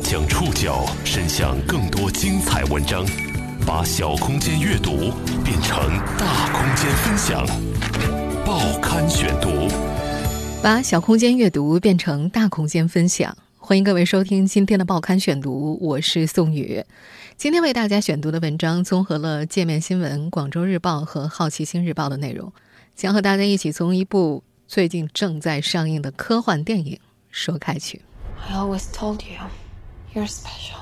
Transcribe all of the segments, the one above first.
将触角伸向更多精彩文章，把小空间阅读变成大空间分享。报刊选读， 把小空间阅读变成大空间分享。欢迎各位收听今天的报刊选读，我是宋宇。今天为大家选读的文章综合了界面新闻、广州日报和好奇心日报的内容，将和大家一起从一部最近正在上映的科幻电影说开去。 I always told you, you're special.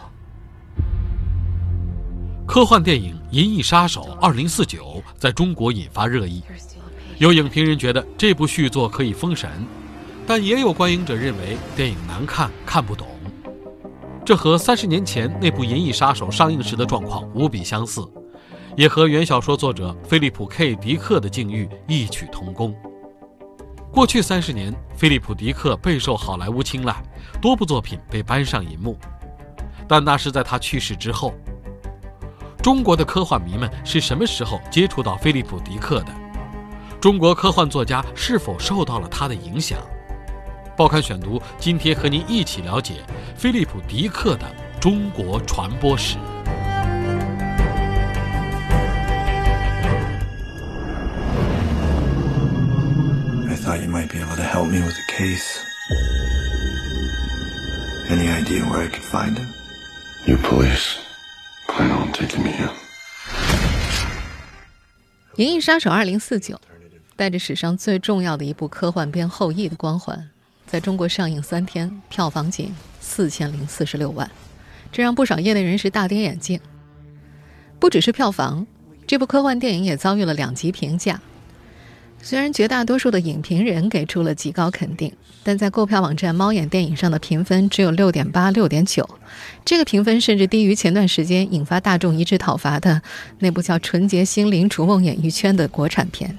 科幻电影《银翼杀手2049》在中国引发热议，有影评人觉得这部续作可以封神，但也有观影者认为电影难看，看不懂。这和30年前那部《银翼杀手》上映时的状况无比相似，也和原小说作者菲利普 K 迪克的境遇异曲同工。过去30年，菲利普迪克备受好莱坞青睐，多部作品被搬上银幕，但那是在他去世之后。中国的科幻迷们是什么时候接触到菲利普迪克的？中国科幻作家是否受到了他的影响？报刊选读今天和您一起了解菲利普迪克的中国传播史。 I thought you might be able to help me with a case. Any idea where I could find him? You police plan on taking me in. 银翼杀手2049带着史上最重要的一部科幻片后羿的光环，在中国上映3天，票房仅4046万，这让不少业内人士大跌眼镜。不只是票房，这部科幻电影也遭遇了2极评价。虽然绝大多数的影评人给出了极高肯定，但在购票网站猫眼电影上的评分只有 6.8、6.9， 这个评分甚至低于前段时间引发大众一致讨伐的那部叫《纯洁心灵逐梦演艺圈》的国产片。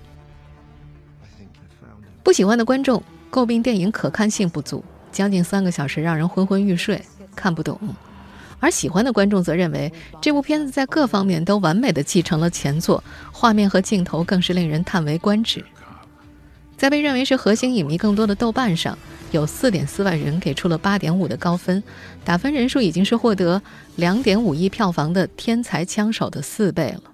不喜欢的观众诟病电影可看性不足，将近3个小时让人昏昏欲睡，看不懂。而喜欢的观众则认为这部片子在各方面都完美地继承了前作，画面和镜头更是令人叹为观止。在被认为是核心影迷更多的豆瓣上，有 4.4 万人给出了 8.5 的高分，打分人数已经是获得 2.5 亿票房的天才枪手的4倍了。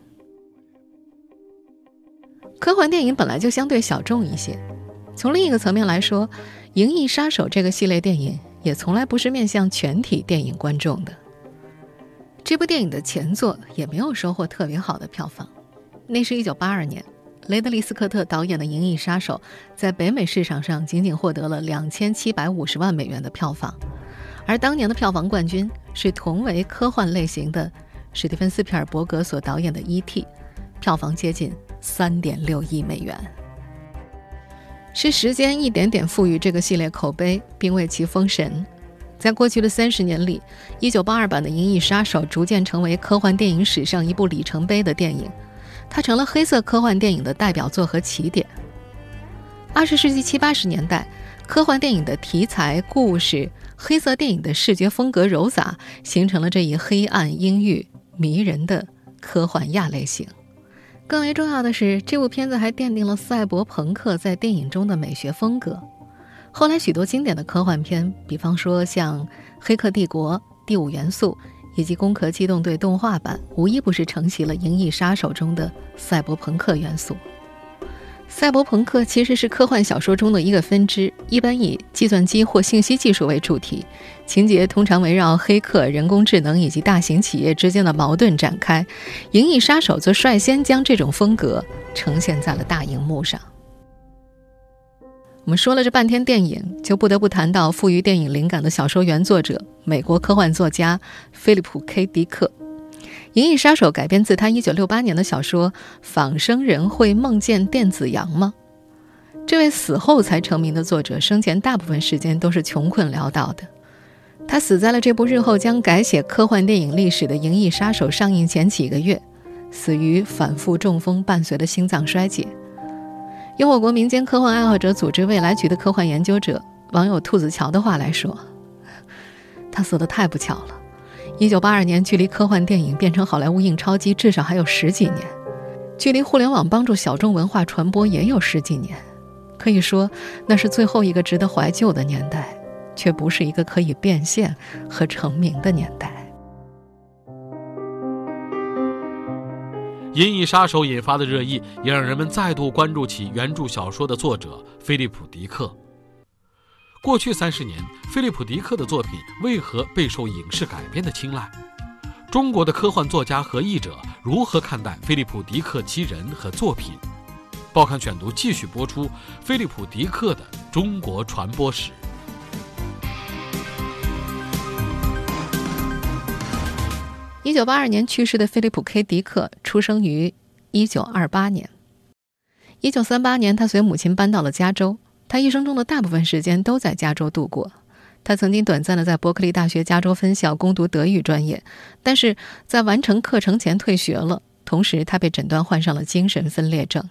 科幻电影本来就相对小众一些，从另一个层面来说，《银翼杀手》这个系列电影也从来不是面向全体电影观众的。这部电影的前作也没有收获特别好的票房，那是1982年雷德利·斯科特导演的《银翼杀手》在北美市场上仅仅获得了2750万美元的票房，而当年的票房冠军是同为科幻类型的史蒂芬斯皮尔伯格所导演的《E.T.》，票房接近3.6亿美元。是时间一点点赋予这个系列口碑，并为其封神。在过去的30年里，1982版的《银翼杀手》逐渐成为科幻电影史上一部里程碑的电影，它成了黑色科幻电影的代表作和起点。20世纪70、80年代，科幻电影的题材、故事、黑色电影的视觉风格糅杂，形成了这一黑暗、阴郁、迷人的科幻亚类型。更为重要的是，这部片子还奠定了赛博朋克在电影中的美学风格。后来许多经典的科幻片，比方说像《黑客帝国》、《第5元素》以及《攻壳机动队》动画版，无一不是承袭了《银翼杀手》中的赛博朋克元素。赛博朋克其实是科幻小说中的一个分支，一般以计算机或信息技术为主题，情节通常围绕黑客、人工智能以及大型企业之间的矛盾展开。《银翼杀手》则率先将这种风格呈现在了大荧幕上。我们说了这半天电影，就不得不谈到赋予电影灵感的小说原作者，美国科幻作家菲利普 K 迪克。《银翼杀手》改编自他1968年的小说《仿生人会梦见电子羊吗》。这位死后才成名的作者，生前大部分时间都是穷困潦倒的。他死在了这部日后将改写科幻电影历史的《银翼杀手》上映前几个月，死于反复中风伴随的心脏衰竭。用我国民间科幻爱好者组织未来局的科幻研究者网友兔子桥的话来说，他死得太不巧了。1982年距离科幻电影变成好莱坞印钞机至少还有10几年，距离互联网帮助小众文化传播也有10几年，可以说那是最后一个值得怀旧的年代， 却不是一个可以变现和成名的年代。 《银翼杀手》引发的热议也让人们再度关注起原著小说的作者菲利普·迪克。过去30年，菲利普·迪克的作品为何备受影视改编的青睐？中国的科幻作家和译者如何看待菲利普·迪克其人和作品？报刊选读继续播出菲利普·迪克的中国传播史。 1982年去世的菲利普 ·K. 迪克出生于1928年。1938年，他随母亲搬到了加州。他一生中的大部分时间都在加州度过。他曾经短暂的在伯克利大学加州分校攻读德语专业，但是在完成课程前退学了。同时，他被诊断患上了精神分裂症。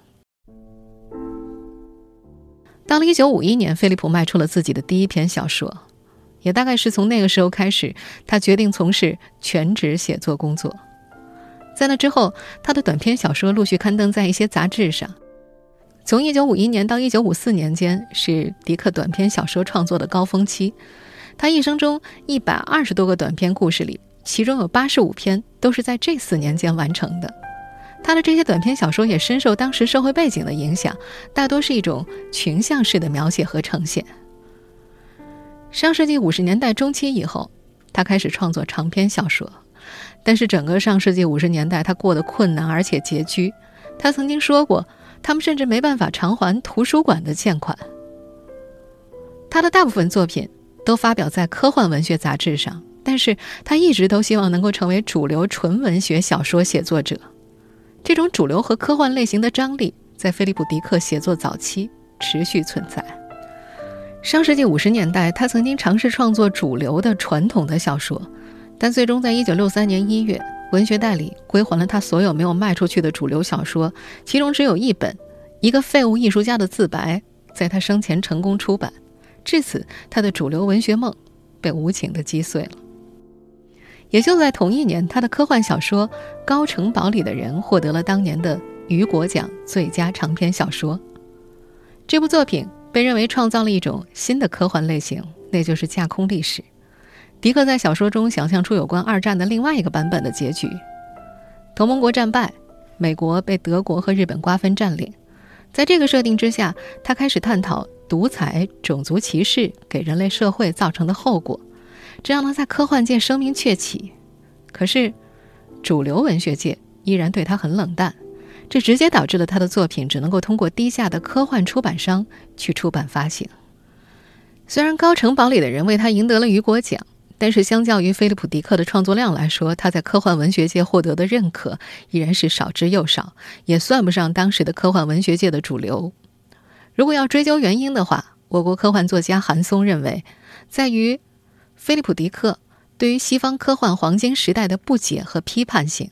到了1951年，菲利普卖出了自己的第一篇小说。也大概是从那个时候开始，他决定从事全职写作工作。在那之后，他的短篇小说陆续刊登在一些杂志上。从1951年到1954年间，是迪克短篇小说创作的高峰期。他一生中120多个短篇故事里，其中有85篇都是在这4年间完成的。他的这些短篇小说也深受当时社会背景的影响，大多是一种群像式的描写和呈现。上世纪50年代中期以后，他开始创作长篇小说，但是整个上世纪50年代他过得困难而且拮据。他曾经说过，他们甚至没办法偿还图书馆的欠款。他的大部分作品都发表在科幻文学杂志上，但是他一直都希望能够成为主流纯文学小说写作者。这种主流和科幻类型的张力在菲利普·迪克写作早期持续存在。上世纪50年代，他曾经尝试创作主流的传统的小说，但最终在1963年1月，文学代理归还了他所有没有卖出去的主流小说，其中只有一本《一个废物艺术家的自白》在他生前成功出版。至此，他的主流文学梦被无情地击碎了。也就在同一年，他的科幻小说《高城堡里的人》获得了当年的雨果奖最佳长篇小说。这部作品被认为创造了一种新的科幻类型，那就是架空历史。迪克在小说中想象出有关2战的另外一个版本的结局。同盟国战败，美国被德国和日本瓜分占领。在这个设定之下，他开始探讨独裁、种族歧视给人类社会造成的后果，这让他在科幻界声名鹊起。可是主流文学界依然对他很冷淡，这直接导致了他的作品只能够通过低价的科幻出版商去出版发行。虽然《高城堡里的人》为他赢得了雨果奖，但是相较于菲利普·迪克的创作量来说，他在科幻文学界获得的认可依然是少之又少，也算不上当时的科幻文学界的主流。如果要追究原因的话，我国科幻作家韩松认为，在于菲利普·迪克对于西方科幻黄金时代的不解和批判性。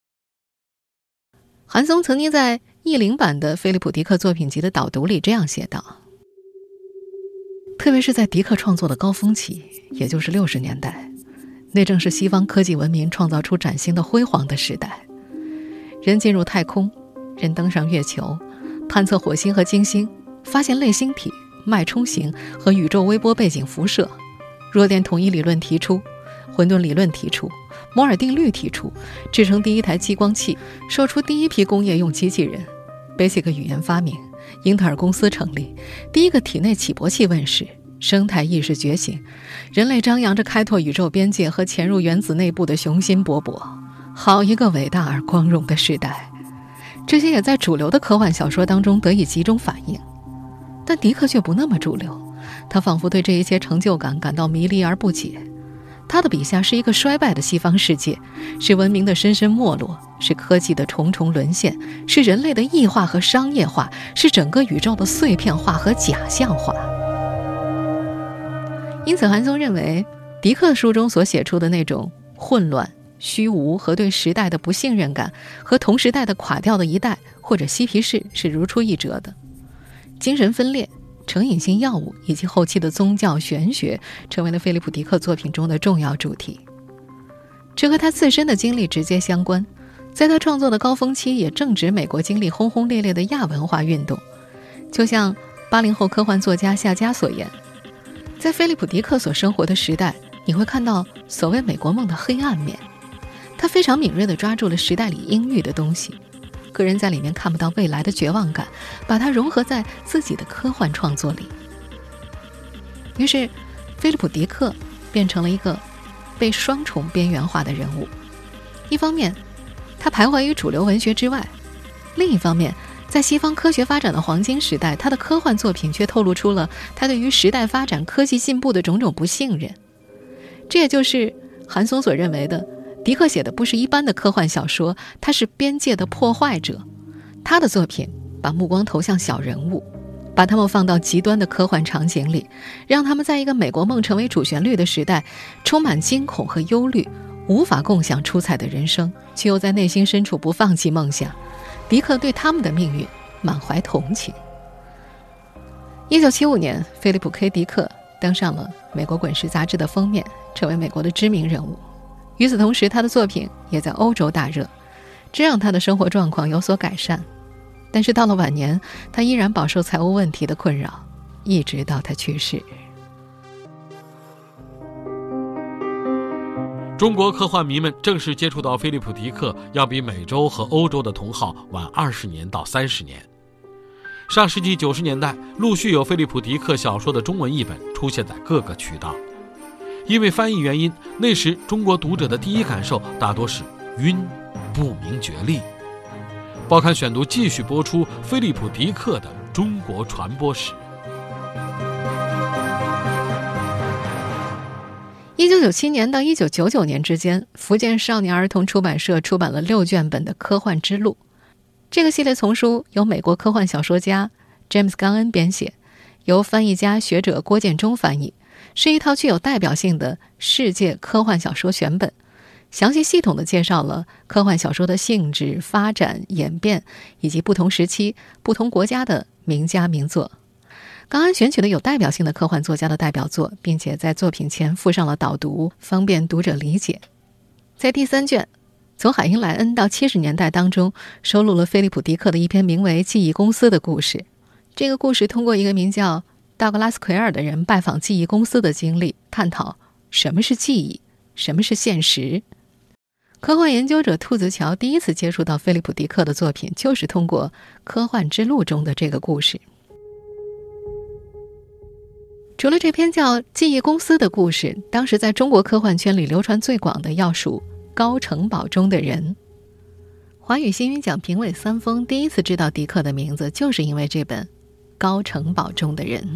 韩松曾经在译林版的菲利普·迪克作品集的导读里这样写道：特别是在迪克创作的高峰期，也就是60年代，那正是西方科技文明创造出崭新的辉煌的时代。人进入太空，人登上月球，探测火星和金星，发现类星体、脉冲型和宇宙微波背景辐射，弱电统一理论提出，混沌理论提出，摩尔定律提出，制成第一台激光器，售出第一批工业用机器人， Basic 语言发明，英特尔公司成立，第一个体内起搏器问世，生态意识觉醒，人类张扬着开拓宇宙边界和潜入原子内部的雄心勃勃。好一个伟大而光荣的时代！这些也在主流的科幻小说当中得以集中反映。但迪克却不那么主流，他仿佛对这一切成就感感到迷离而不解。他的笔下是一个衰败的西方世界，是文明的深深没落，是科技的重重沦陷，是人类的异化和商业化，是整个宇宙的碎片化和假象化。因此韩松认为，迪克书中所写出的那种混乱、虚无和对时代的不信任感，和同时代的垮掉的一代或者嬉皮士是如出一辙的。精神分裂、成瘾性药物以及后期的宗教玄学成为了菲利普·迪克作品中的重要主题。这和他自身的经历直接相关，在他创作的高峰期也正值美国经历轰轰烈烈的亚文化运动。就像80后科幻作家夏嘉所言， 在菲利普·迪克所生活的时代，你会看到所谓美国梦的黑暗面。他非常敏锐地抓住了时代里阴郁的东西，个人在里面看不到未来的绝望感，把它融合在自己的科幻创作里。于是菲利普·迪克变成了一个被双重边缘化的人物。一方面他徘徊于主流文学之外，另一方面在西方科学发展的黄金时代，他的科幻作品却透露出了他对于时代发展科技进步的种种不信任。这也就是韩松所认为的，迪克写的不是一般的科幻小说，他是边界的破坏者。他的作品把目光投向小人物，把他们放到极端的科幻场景里，让他们在一个美国梦成为主旋律的时代，充满惊恐和忧虑，无法共享出彩的人生，却又在内心深处不放弃梦想。迪克对他们的命运满怀同情。1975年，菲利普 ·K. 迪克登上了美国滚石杂志的封面，成为美国的知名人物。与此同时，他的作品也在欧洲大热，这让他的生活状况有所改善。但是到了晚年，他依然饱受财务问题的困扰，一直到他去世。 中国科幻迷们正式接触到菲利普·迪克，要比美洲和欧洲的同好晚20年到30年。上世纪90年代，陆续有菲利普·迪克小说的中文译本出现在各个渠道。因为翻译原因，那时中国读者的第一感受大多是晕，不明觉厉。报刊选读继续播出菲利普·迪克的中国传播史。 1997年到1999年之间，福建少年儿童出版社出版了6卷本的《科幻之路》。这个系列丛书由美国科幻小说家 James 冈恩编写，由翻译家学者郭建中翻译，是一套具有代表性的世界科幻小说选本，详细系统地介绍了科幻小说的性质、发展、演变，以及不同时期、不同国家的名家名作。冈恩选取了有代表性的科幻作家的代表作，并且在作品前附上了导读，方便读者理解。在第3卷从海因莱恩到70年代当中，收录了菲利普·迪克的一篇名为《记忆公司》的故事。这个故事通过一个名叫道格拉斯·奎尔的人拜访记忆公司的经历，探讨什么是记忆，什么是现实。科幻研究者兔子乔第一次接触到菲利普·迪克的作品，就是通过《科幻之路》中的这个故事。除了这篇叫《记忆公司》的故事，当时在中国科幻圈里流传最广的要数高城堡中的人。华语星云奖评委三丰第一次知道迪克的名字，就是因为这本《高城堡中的人》。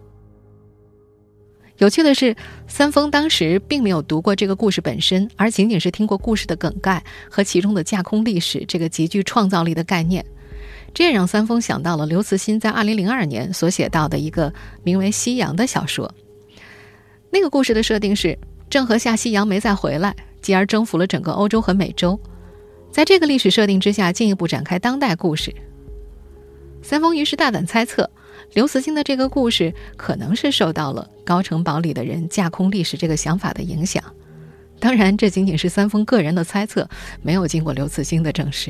有趣的是，三丰当时并没有读过这个故事本身，而仅仅是听过故事的梗概和其中的架空历史这个极具创造力的概念。这也让三丰想到了刘慈欣在2002年所写到的一个名为《夕阳》的小说。那个故事的设定是，郑和下西洋没再回来，继而征服了整个欧洲和美洲。在这个历史设定之下，进一步展开当代故事。三丰于是大胆猜测，刘慈欣的这个故事可能是受到了高城堡里的人架空历史这个想法的影响。当然，这仅仅是三丰个人的猜测，没有经过刘慈欣的证实。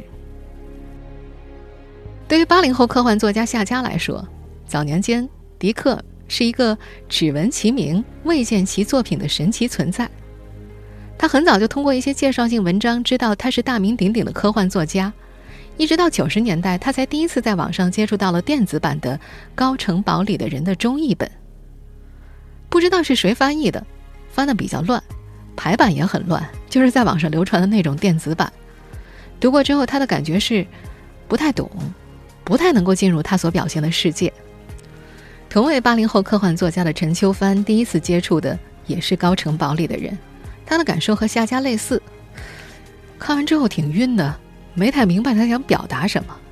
对于80后科幻作家夏家来说，早年间迪克是一个只闻其名未见其作品的神奇存在。他很早就通过一些介绍性文章知道他是大名鼎鼎的科幻作家，一直到90年代，他才第一次在网上接触到了电子版的《高城堡里的人》的中译本。不知道是谁翻译的，翻得比较乱，排版也很乱，就是在网上流传的那种电子版。读过之后，他的感觉是不太懂，不太能够进入他所表现的世界。同为80后科幻作家的陈秋帆第一次接触的也是《高城堡里的人》，他的感受和夏家类似，看完之后挺晕的，没太明白他想表达什么。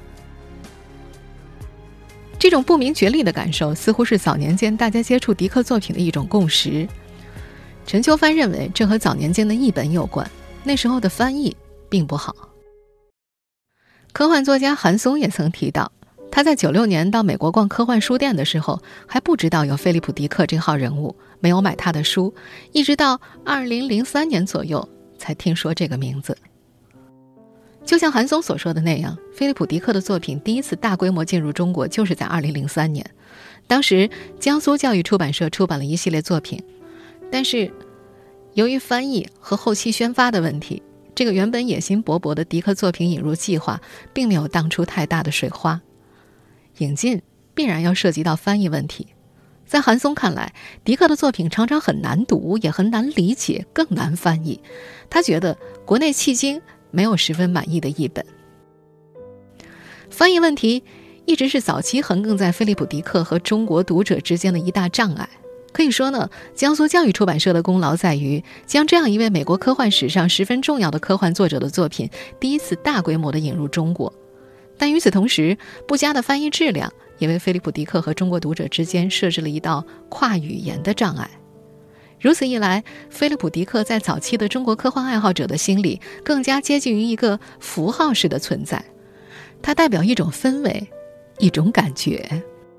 这种不明觉厉的感受似乎是早年间大家接触迪克作品的一种共识。陈秋帆认为这和早年间的译本有关，那时候的翻译并不好。科幻作家韩松也曾提到，他在96年到美国逛科幻书店的时候，还不知道有菲利普·迪克这号人物，没有买他的书，一直到2003年左右才听说这个名字。 就像韩松所说的那样，菲利普·迪克的作品第一次大规模进入中国就是在2003年，当时江苏教育出版社出版了一系列作品，但是由于翻译和后期宣发的问题，这个原本野心勃勃的迪克作品引入计划并没有荡出太大的水花。引进必然要涉及到翻译问题，在韩松看来，迪克的作品常常很难读，也很难理解，更难翻译。他觉得国内迄今没有十分满意的译本。翻译问题一直是早期横亘在菲利普·迪克和中国读者之间的一大障碍。可以说呢，江苏教育出版社的功劳在于将这样一位美国科幻史上十分重要的科幻作者的作品第一次大规模地引入中国。但与此同时，不佳的翻译质量也为菲利普·迪克和中国读者之间设置了一道跨语言的障碍。如此一来，菲利普·迪克在早期的中国科幻爱好者的心里更加接近于一个符号式的存在，它代表一种氛围，一种感觉。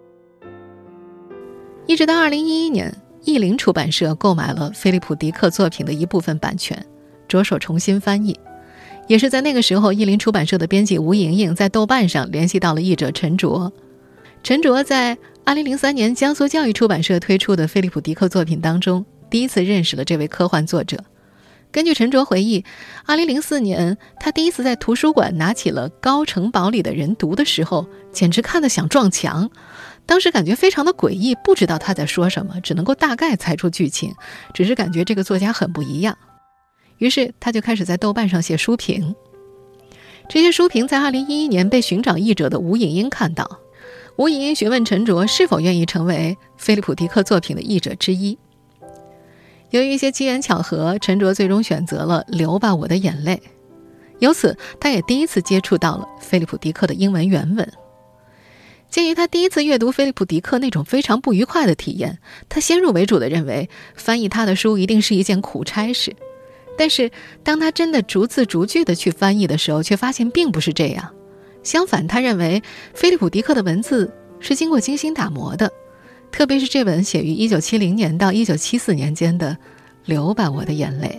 一直到2011年，译林出版社购买了菲利普·迪克作品的一部分版权，着手重新翻译。也是在那个时候，译林出版社的编辑吴莹莹在豆瓣上联系到了译者陈卓。陈卓在2003年江苏教育出版社推出的菲利普·迪克作品当中，第一次认识了这位科幻作者。根据陈卓回忆，2004年他第一次在图书馆拿起了《高城堡里的人》读的时候，简直看得想撞墙。当时感觉非常的诡异，不知道他在说什么，只能够大概猜出剧情，只是感觉这个作家很不一样。于是他就开始在豆瓣上写书评。这些书评在2011年被寻找译者的吴颖英看到，吴颖英询问陈卓是否愿意成为菲利普·迪克作品的译者之一。由于一些机缘巧合，陈卓最终选择了《流吧我的眼泪》，由此他也第一次接触到了菲利普·迪克的英文原文。鉴于他第一次阅读菲利普·迪克那种非常不愉快的体验，他先入为主地认为翻译他的书一定是一件苦差事。但是当他真的逐字逐句地去翻译的时候，却发现并不是这样。相反，他认为菲利普·迪克的文字是经过精心打磨的，特别是这本写于1970年到1974年间的《流吧我的眼泪》。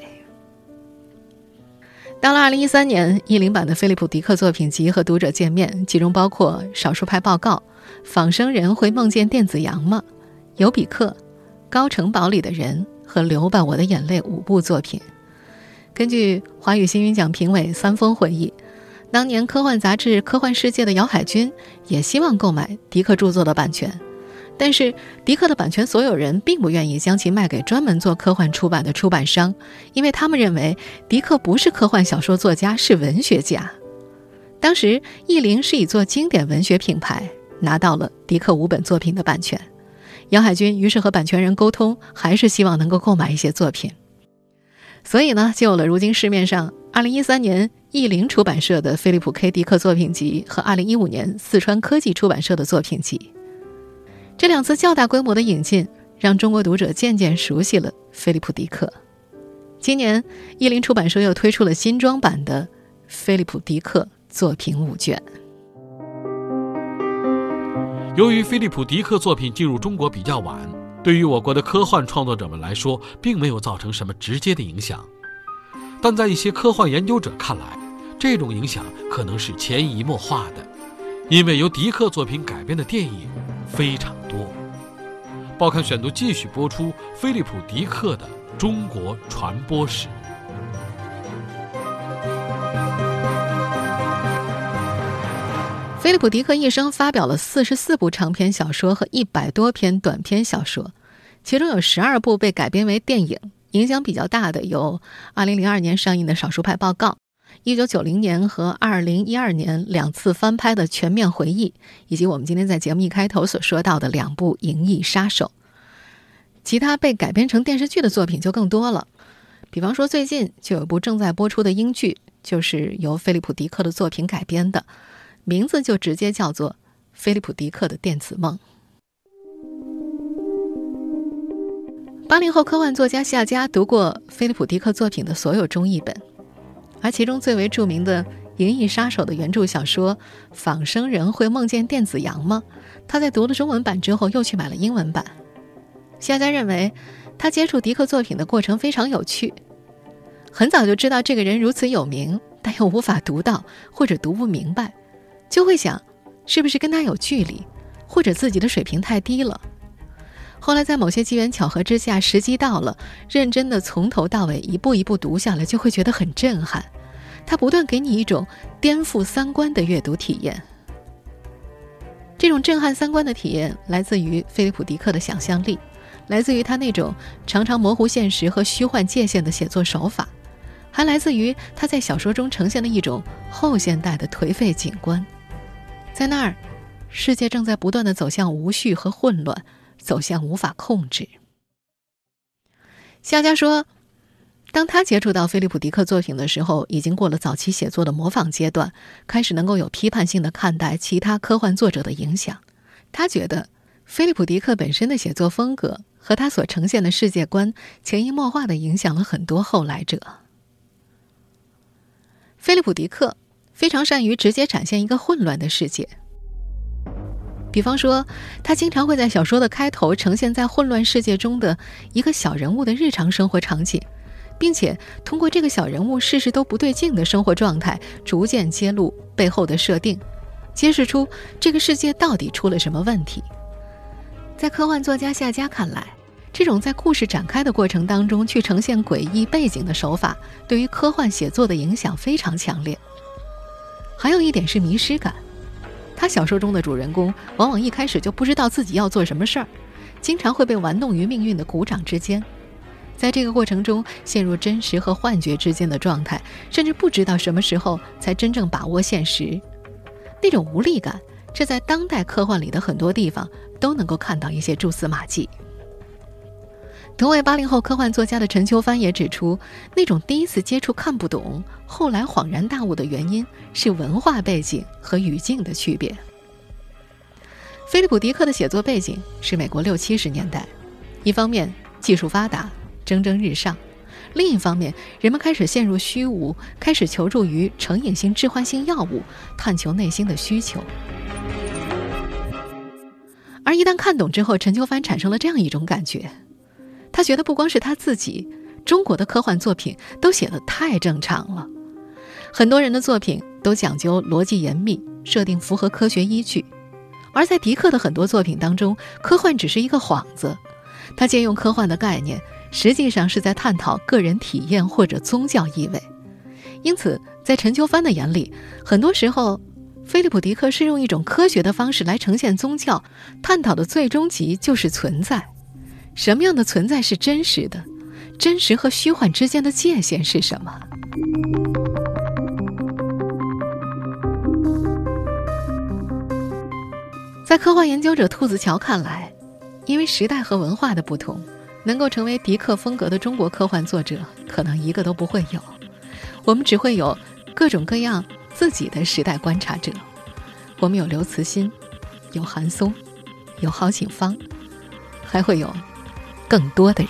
到了2013年，译林版的菲利普·迪克作品集和读者见面，其中包括《少数派报告》、《仿生人会梦见电子羊吗》、《尤比克》、《高城堡里的人》和《流吧我的眼泪》5部作品。根据华语新云奖评委三丰回忆，当年科幻杂志《科幻世界》的姚海军也希望购买迪克著作的版权，但是迪克的版权所有人并不愿意将其卖给专门做科幻出版的出版商，因为他们认为迪克不是科幻小说作家，是文学家。当时译林是以做经典文学品牌拿到了迪克5本作品的版权，姚海军于是和版权人沟通，还是希望能够购买一些作品。所以呢，就有了如今市面上2013年译林出版社的菲利普 K 迪克作品集和2015年四川科技出版社的作品集。这两次较大规模的引进让中国读者渐渐熟悉了菲利普·迪克。今年译林出版社又推出了新装版的菲利普·迪克作品5卷。 由于菲利普·迪克作品进入中国比较晚，对于我国的科幻创作者们来说并没有造成什么直接的影响，但在一些科幻研究者看来，这种影响可能是潜移默化的，因为由迪克作品改编的电影非常多。报刊选读继续播出菲利普·迪克的中国传播史。 菲利普·迪克一生发表了44部长篇小说和100多篇短篇小说，其中有12部被改编为电影，影响比较大的有2002年上映的《少数派报告》，1990年和2012年2次翻拍的《全面回忆》，以及我们今天在节目一开头所说到的2部《银翼杀手》。其他被改编成电视剧的作品就更多了，比方说最近就有一部正在播出的英剧，就是由菲利普·迪克的作品改编的，名字就直接叫做《菲利普·迪克的电子梦》。80后科幻作家夏佳读过菲利普·迪克作品的所有中译本，而其中最为著名的《银翼杀手》的原著小说《仿生人会梦见电子羊吗》，他在读了中文版之后又去买了英文版。夏佳认为他接触迪克作品的过程非常有趣，很早就知道这个人如此有名， 但又无法读到或者读不明白，就会想是不是跟他有距离，或者自己的水平太低了。后来在某些机缘巧合之下，时机到了，认真的从头到尾一步一步读下来，就会觉得很震撼。它不断给你一种颠覆三观的阅读体验。这种震撼三观的体验来自于菲利普·迪克的想象力，来自于他那种常常模糊现实和虚幻界限的写作手法，还来自于他在小说中呈现的一种后现代的颓废景观。在那儿，世界正在不断地走向无序和混乱，走向无法控制。夏家说，当他接触到菲利普·迪克作品的时候，已经过了早期写作的模仿阶段，开始能够有批判性地看待其他科幻作者的影响。他觉得菲利普·迪克本身的写作风格和他所呈现的世界观潜移默化地影响了很多后来者。菲利普·迪克非常善于直接展现一个混乱的世界，比方说他经常会在小说的开头呈现在混乱世界中的一个小人物的日常生活场景，并且通过这个小人物事事都不对劲的生活状态，逐渐揭露背后的设定，揭示出这个世界到底出了什么问题。在科幻作家夏家看来，这种在故事展开的过程当中去呈现诡异背景的手法，对于科幻写作的影响非常强烈。还有一点是迷失感，他小说中的主人公往往一开始就不知道自己要做什么事儿，经常会被玩弄于命运的鼓掌之间，在这个过程中陷入真实和幻觉之间的状态，甚至不知道什么时候才真正把握现实。那种无力感，这在当代科幻里的很多地方都能够看到一些蛛丝马迹。同为80后科幻作家的陈秋帆也指出，那种第一次接触看不懂，后来恍然大悟的原因是文化背景和语境的区别。菲利普·迪克的写作背景是美国60、70年代，一方面技术发达，蒸蒸日上，另一方面人们开始陷入虚无，开始求助于成瘾性致幻性药物，探求内心的需求。而一旦看懂之后，陈秋帆产生了这样一种感觉，他觉得不光是他自己，中国的科幻作品都写得太正常了。很多人的作品都讲究逻辑严密，设定符合科学依据，而在迪克的很多作品当中，科幻只是一个幌子。他借用科幻的概念，实际上是在探讨个人体验或者宗教意味。因此在陈秋帆的眼里，很多时候菲利普·迪克是用一种科学的方式来呈现宗教，探讨的最终极就是存在。什么样的存在是真实的？真实和虚幻之间的界限是什么？在科幻研究者兔子乔看来，因为时代和文化的不同，能够成为迪克风格的中国科幻作者可能一个都不会有，我们只会有各种各样自己的时代观察者。我们有刘慈欣，有韩松，有郝景芳，还会有更多的人。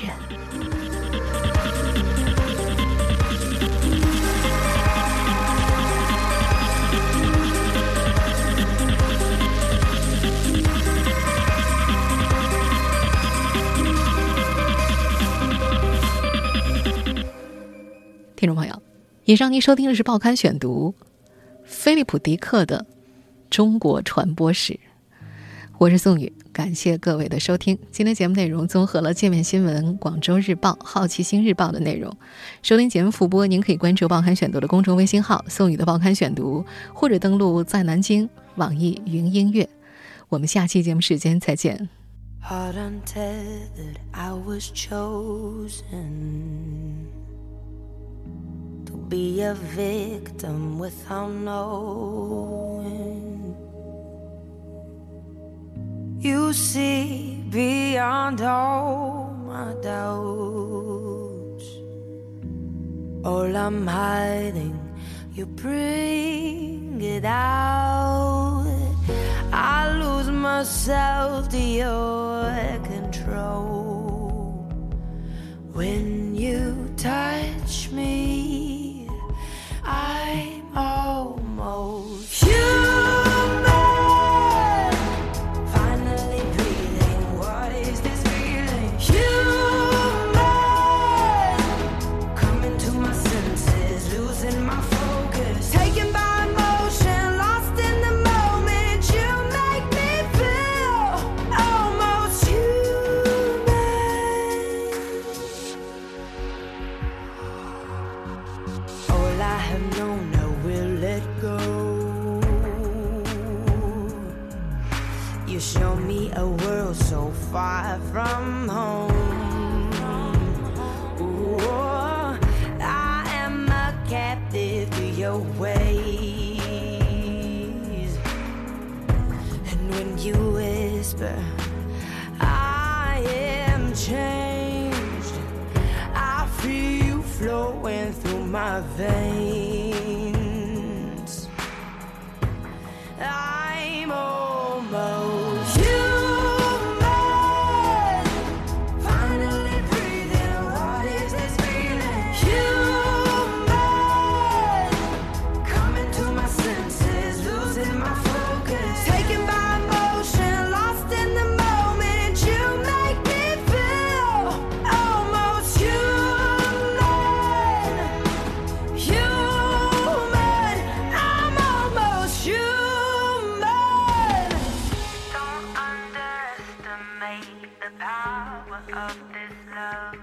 听众朋友，以上您收听的是报刊选读菲利普·迪克的中国传播史，我是宋宇，感谢各位的收听。今天节目内容综合了界面新闻、广州日报、好奇心日报的内容。收听节目复播，您可以关注报刊选读的公众微信号宋宇的报刊选读，或者登录在南京网易云音乐。我们下期节目时间再见。 Heart untethered, I was chosen to be a victim without knowing. You see beyond all my doubts. All I'm hiding, you bring it out. I lose myself to your control. When you touch me, I'm almost human. Finally breathing, what is this feeling? Human, coming to my senses, losing my focus. all I have known, I will let go. You show me a world so far from home. Ooh, I am a captive to your ways. And when you whisper, I am changed, I feel you flowing through my veins. I'm almost human, finally breathing. What is this feeling? Human, coming to my senses, losing my focus, taken by emotion, lost in the moment. You make me feel almost human. Human, I'm almost human. Don't underestimate the power of this love.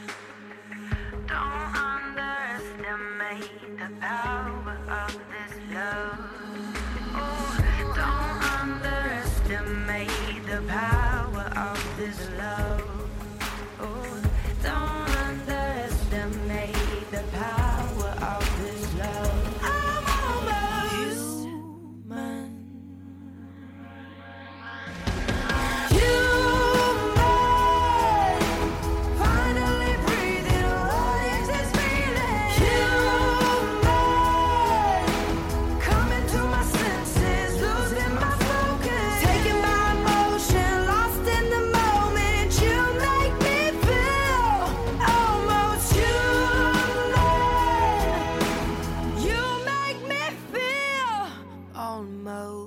Don't underestimate the power of this love. Oh, don't underestimate the power of this love. Oh, don't underestimate the power of this love. I'm almost human. Human, finally breathing. What is this feeling? Human, coming to my senses, losing my focus, taken by emotion, lost in the moment. You make me feel almost human. You make me feel almost